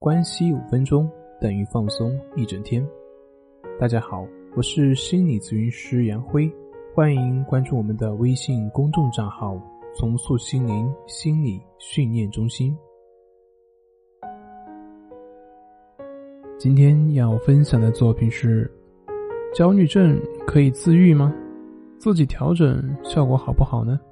关系5分钟等于放松1整天。大家好，我是心理咨询师杨辉，欢迎关注我们的微信公众账号重塑心灵心理训练中心。今天要分享的作品是：焦虑症可以自愈吗？自己调整效果好不好呢？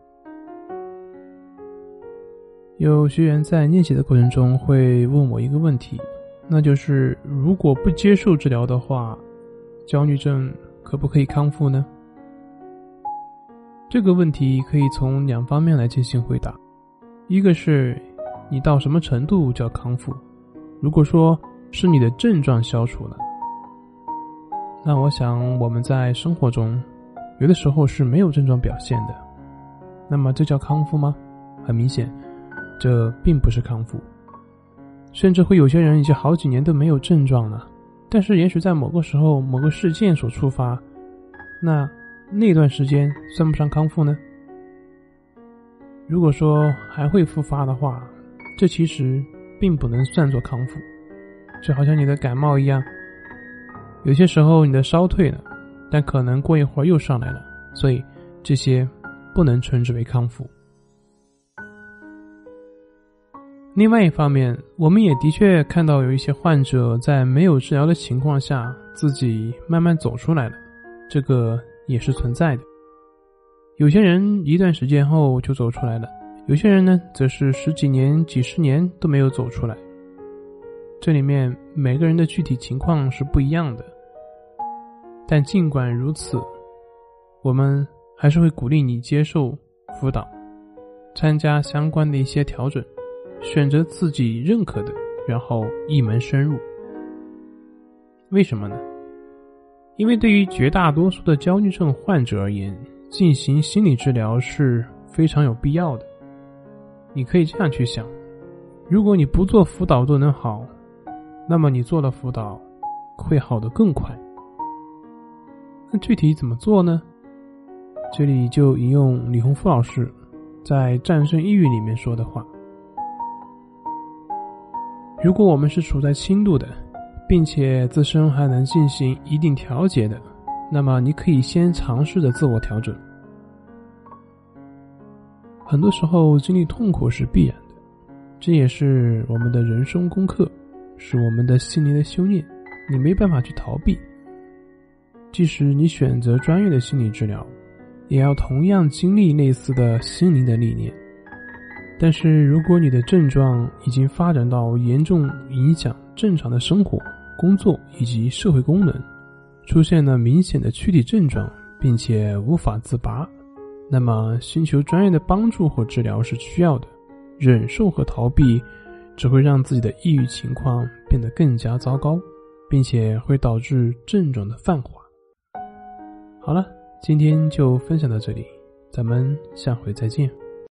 有学员在练习的过程中会问我一个问题，那就是如果不接受治疗的话，焦虑症可不可以康复呢？这个问题可以从2方面来进行回答。一个是你到什么程度叫康复，如果说是你的症状消除了，那我想我们在生活中有的时候是没有症状表现的，那么这叫康复吗？很明显这并不是康复，甚至会有些人已经好几年都没有症状了，但是也许在某个时候某个事件所触发，那段时间算不上康复呢？如果说还会复发的话，这其实并不能算作康复。就好像你的感冒一样，有些时候你的烧退了，但可能过一会儿又上来了，所以这些不能称之为康复。另外一方面，我们也的确看到有一些患者在没有治疗的情况下自己慢慢走出来了，这个也是存在的。有些人一段时间后就走出来了，有些人呢则是10几年几十年都没有走出来。这里面每个人的具体情况是不一样的，但尽管如此，我们还是会鼓励你接受辅导，参加相关的一些调整，选择自己认可的，然后一门深入。为什么呢？因为对于绝大多数的焦虑症患者而言，进行心理治疗是非常有必要的。你可以这样去想，如果你不做辅导都能好，那么你做了辅导会好得更快。那具体怎么做呢？这里就引用李洪福老师在《战胜抑郁》里面说的话：如果我们是处在轻度的，并且自身还能进行一定调节的，那么你可以先尝试着自我调整。很多时候经历痛苦是必然的，这也是我们的人生功课，是我们的心灵的修炼，你没办法去逃避。即使你选择专业的心理治疗，也要同样经历类似的心灵的历练。但是如果你的症状已经发展到严重影响正常的生活、工作以及社会功能，出现了明显的躯体症状，并且无法自拔，那么寻求专业的帮助或治疗是需要的。忍受和逃避只会让自己的抑郁情况变得更加糟糕，并且会导致症状的泛化。好了，今天就分享到这里，咱们下回再见。